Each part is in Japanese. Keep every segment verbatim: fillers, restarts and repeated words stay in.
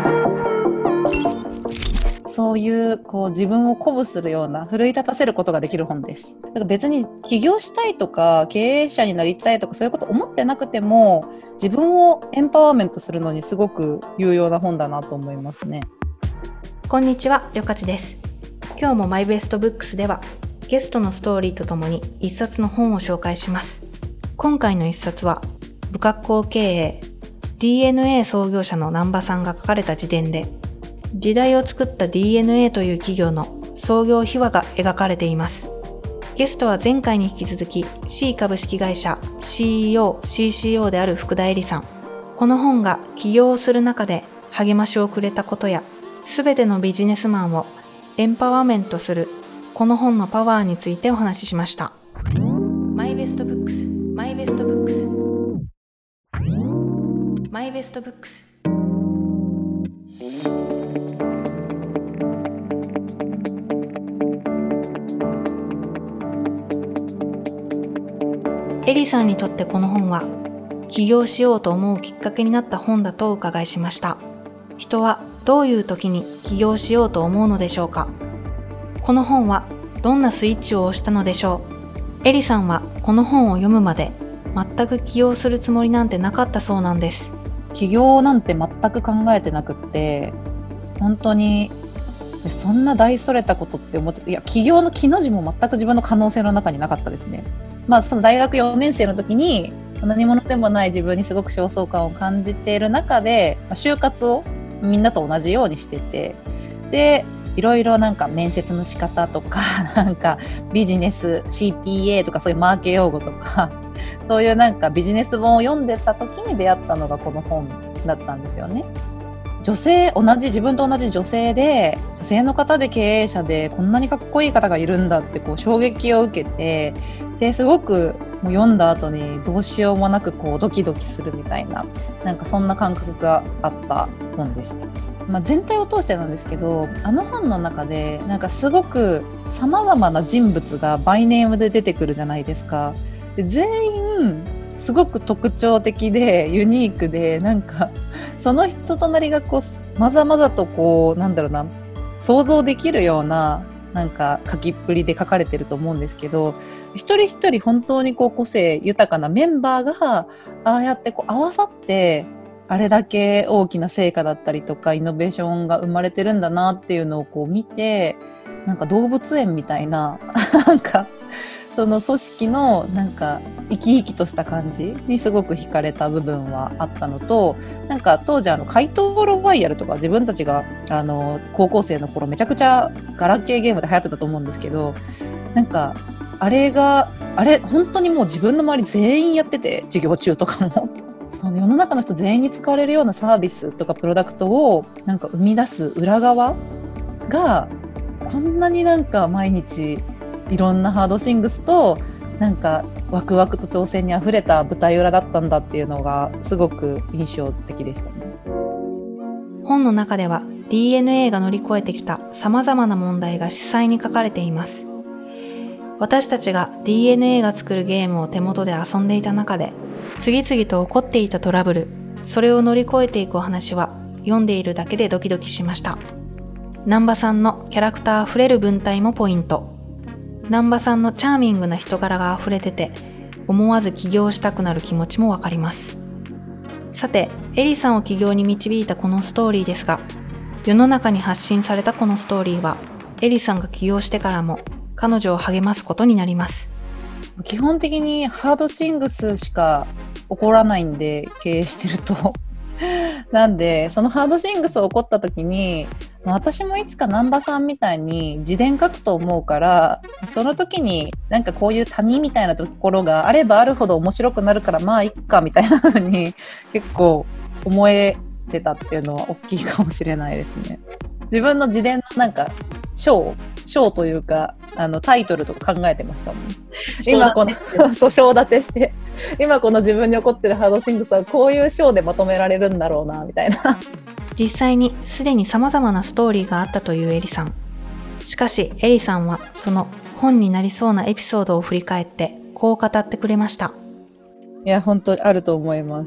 そういうこう自分を鼓舞するような、奮い立たせることができる本です。だから別に起業したいとか経営者になりたいとかそういうこと思ってなくても、自分をエンパワーメントするのにすごく有用な本だなと思いますね。 こんにちは、よかちです。今日もマイベストブックスではゲストのストーリーとともに一冊の本を紹介します。今回の一冊は不格好経営 ディーエヌエー 創業者の難波さんが書かれた自伝で、時代を作った ディーエヌエー という企業の創業秘話が描かれています。ゲストは前回に引き続き C 株式会社 シーイーオー、シーシーオー である福田恵里さん。この本が起業をする中で励ましをくれたことや、すべてのビジネスマンをエンパワーメントするこの本のパワーについてお話ししました。マイベストブックス、マイベストブックス、マイベストブックス。エリさんにとってこの本は起業しようと思うきっかけになった本だとお伺いしました。人はどういう時に起業しようと思うのでしょうか。この本はどんなスイッチを押したのでしょう。エリさんはこの本を読むまで全く起業するつもりなんてなかったそうなんです。 起業なんて全く考えてなくって、本当にそんな大それたことって思って、いや起業の木の字も全く自分の可能性の中になかったですね。まあその大学よねん生の時に何者でもない自分にすごく焦燥感を感じている中で、就活をみんなと同じようにしてて、でいろいろなんか面接の仕方とかなんかビジネス シーピーエー とかそういうマーケ用語とかそういうなんかビジネス本を読んでた時に出会ったのがこの本だったんですよね。女性、同じ自分と同じ女性で女性の方で経営者でこんなにかっこいい方がいるんだってこう衝撃を受けて、ですごくもう読んだ後にどうしようもなくこうドキドキするみたいな、なんかそんな感覚があった本でした。まあ、全体を通してなんですけど、あの本の中でなんかすごくさまざまな人物がバイネームで出てくるじゃないですか。で全員すごく特徴的でユニークで、なんかその人となりがこうまざまざとこうなんだろうな、想像できるようななんか書きっぷりで書かれてると思うんですけど、一人一人本当にこう個性豊かなメンバーがああやってこう合わさってあれだけ大きな成果だったりとかイノベーションが生まれてるんだなっていうのをこう見て、なんか動物園みたいななんかその組織のなんか生き生きとした感じにすごく惹かれた部分はあったのと、なんか当時あの怪盗ロワイヤルとか自分たちがあの高校生の頃めちゃくちゃガラケーゲームで流行ってたと思うんですけど、なんかあれがあれ本当にもう自分の周り全員やってて、授業中とかもその世の中の人全員に使われるようなサービスとかプロダクトをなんか生み出す裏側がこんなになんか毎日いろんなハードシングスとなんかワクワクと挑戦にあふれた舞台裏だったんだっていうのがすごく印象的でしたね。 本の中では ディーエヌエー が乗り越えてきた様々な問題が詳細に書かれています。私たちが ディーエヌエー が作るゲームを手元で遊んでいた中で次々と起こっていたトラブル、それを乗り越えていくお話は読んでいるだけでドキドキしました。難波さんのキャラクターあふれる文体もポイント。難波さんのチャーミングな人柄があふれてて、思わず起業したくなる気持ちもわかります。さて、エリさんを起業に導いたこのストーリーですが、世の中に発信されたこのストーリーは、エリさんが起業してからも彼女を励ますことになります。 基本的にハードシングスしか起こらないんで、経営してるとなんでそのハードシングス起こった時に、私もいつか難波さんみたいに自伝書くと思うから、その時になんかこういう谷みたいなところがあればあるほど面白くなるからまあいっかみたいな風に結構思えてたっていうのは大きいかもしれないですね。自分の自伝のなんか章章というかあのタイトルとか考えてましたもん。今このそう章立てして今この自分に起こってるハードシングスはこういう章でまとめられるんだろうなみたいな。 実際にすでに様々なストーリーがあったというエリさん。しかしエリさんはその本になりそうなエピソードを振り返ってこう語ってくれました。 いや本当にあると思います。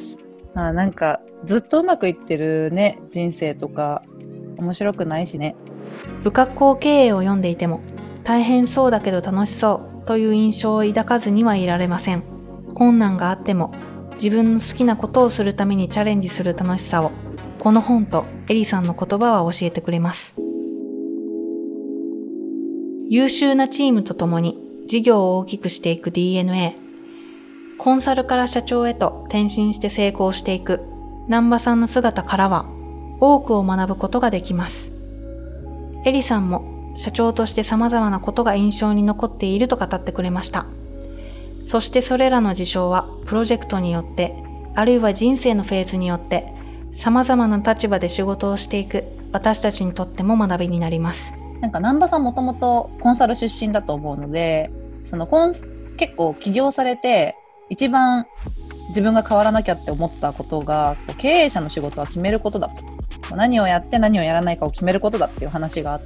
あ、なんかずっとうまくいってるね人生とか面白くないしね。 不格好経営を読んでいても大変そうだけど楽しそうという印象を抱かずにはいられません。困難があっても自分の好きなことをするためにチャレンジする楽しさをこの本とエリさんの言葉は教えてくれます。優秀なチームとともに事業を大きくしていく ディーエヌエー。コンサルから社長へと転身して成功していく南波さんの姿からは多くを学ぶことができます。エリさんも社長として様々なことが印象に残っていると語ってくれました。そしてそれらの事象はプロジェクトによって、あるいは人生のフェーズによって様々な立場で仕事をしていく私たちにとっても学びになります。 なんか南波さんもともとコンサル出身だと思うので、そのコン結構起業されて一番自分が変わらなきゃって思ったことが、経営者の仕事は決めることだと、何をやって何をやらないかを決めることだっていう話があって、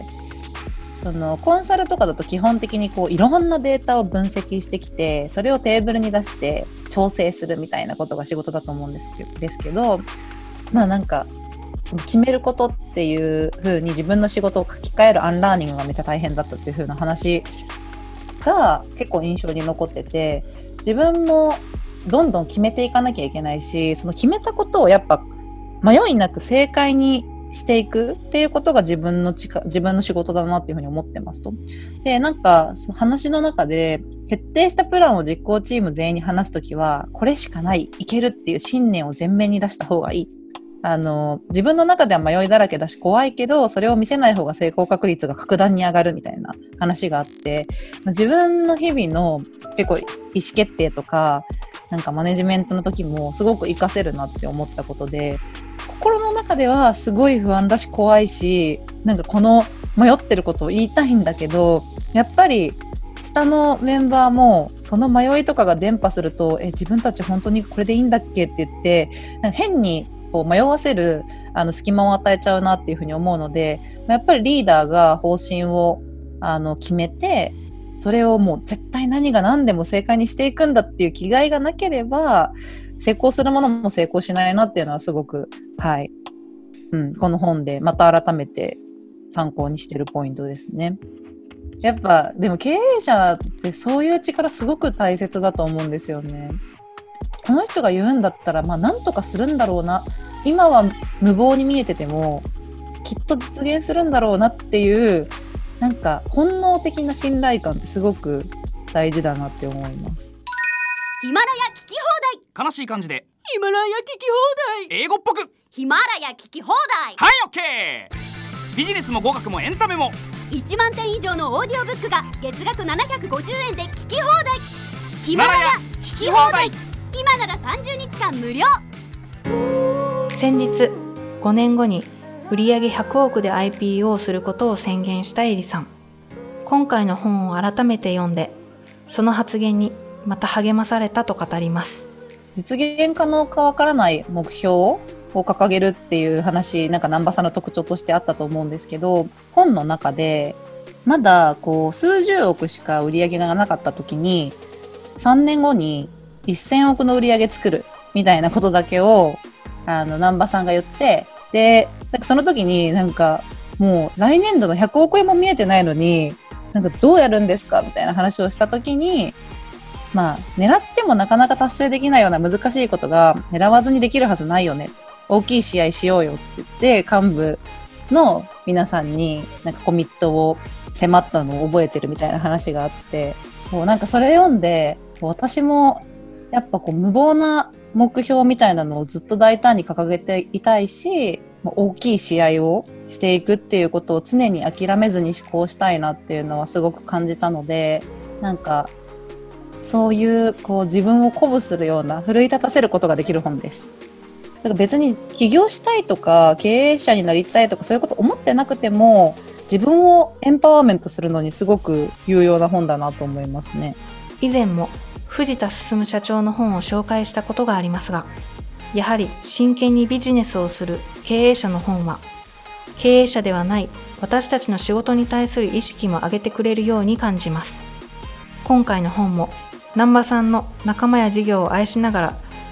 そのコンサルとかだと基本的にこういろんなデータを分析してきて、それをテーブルに出して調整するみたいなことが仕事だと思うんですけど、ですけどまあなんかその決めることっていう風に自分の仕事を書き換えるアンラーニングがめっちゃ大変だったっていう風な話が結構印象に残ってて、自分もどんどん決めていかなきゃいけないし、その決めたことをやっぱ迷いなく正解にしていくっていうことが自分のちか自分の仕事だなっていうふうに思ってますと。で、なんかその話の中で決定したプランを実行チーム全員に話すときは、これしかない、いけるっていう信念を前面に出した方がいい。あの自分の中では迷いだらけだし怖いけど、それを見せない方が成功確率が格段に上がるみたいな話があって、自分の日々の結構意思決定とかなんかマネジメントの時もすごく活かせるなって思ったことで、心の中ではすごい不安だし怖いし、なんかこの迷ってることを言いたいんだけど、やっぱり下のメンバーもその迷いとかが伝播すると、え自分たち本当にこれでいいんだっけって言って、なんか変にこう迷わせるあの隙間を与えちゃうなっていうふうに思うので、やっぱりリーダーが方針をあの決めて、それをもう絶対何が何でも正解にしていくんだっていう気概がなければ、成功するものも成功しないなっていうのはすごく、はい、うん、この本でまた改めて参考にしてるポイントですね。やっぱでも経営者ってそういう力すごく大切だと思うんですよね。この人が言うんだったら、まあ何とかするんだろうな、今は無謀に見えててもきっと実現するんだろうなっていう、なんか本能的な信頼感ってすごく大事だなって思います。 ヒマラヤ聞き放題。 悲しい感じでヒマラヤ聞き放題。 英語っぽくヒマラヤ聞き放題。 はい、オッケー。ビジネスも語学もエンタメもいちまんてん以上のオーディオブックが月額ななひゃくごじゅうえんで聞き放題。 ヒマラヤ聞き放題。 今ならさんじゅうにちかん無料。 先日ごねんごに売上ひゃくおくで アイピーオー することを宣言したエリさん。今回の本を改めて読んで、その発言にまた励まされたと語ります。 実現可能かわからない目標を掲げるっていう話、なんか南波さんの特徴としてあったと思うんですけど、本の中でまだこう数十億しか売り上げがなかった時に、さんねんごにせんおくの売り上げ作るみたいなことだけをあの南波さんが言って、でなんかその時になんかもう来年度のひゃくおくえんも見えてないのに、なんかどうやるんですかみたいな話をした時に、まあ狙ってもなかなか達成できないような難しいことが狙わずにできるはずないよね、大きい試合しようよって言って幹部の皆さんになんかコミットを迫ったのを覚えてるみたいな話があって、もうなんかそれ読んで、私もやっぱこう無謀な目標みたいなのをずっと大胆に掲げていたいし、大きい試合をしていくっていうことを常に諦めずに思考したいなっていうのはすごく感じたので、なんかそういうこう自分を鼓舞するような、奮い立たせることができる本です。だから別に起業したいとか経営者になりたいとかそういうこと思ってなくても、自分をエンパワーメントするのにすごく有用な本だなと思いますね。 以前も藤田進社長の本を紹介したことがありますが、やはり真剣にビジネスをする経営者の本は、経営者ではない私たちの仕事に対する意識も上げてくれるように感じます。今回の本も南波さんの仲間や事業を愛しながら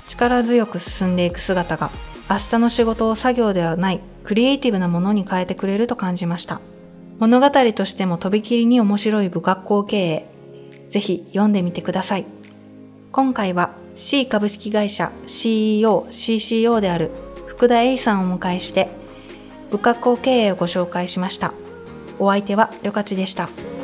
力強く進んでいく姿が明日の仕事を作業ではないクリエイティブなものに変えてくれると感じました。物語としてもとびきりに面白い部学校経営、ぜひ読んでみてください。今回は C 株式会社 シーイーオー、シーシーオー である福田英さんをお迎えして部学校経営をご紹介しました。お相手はりょかちでした。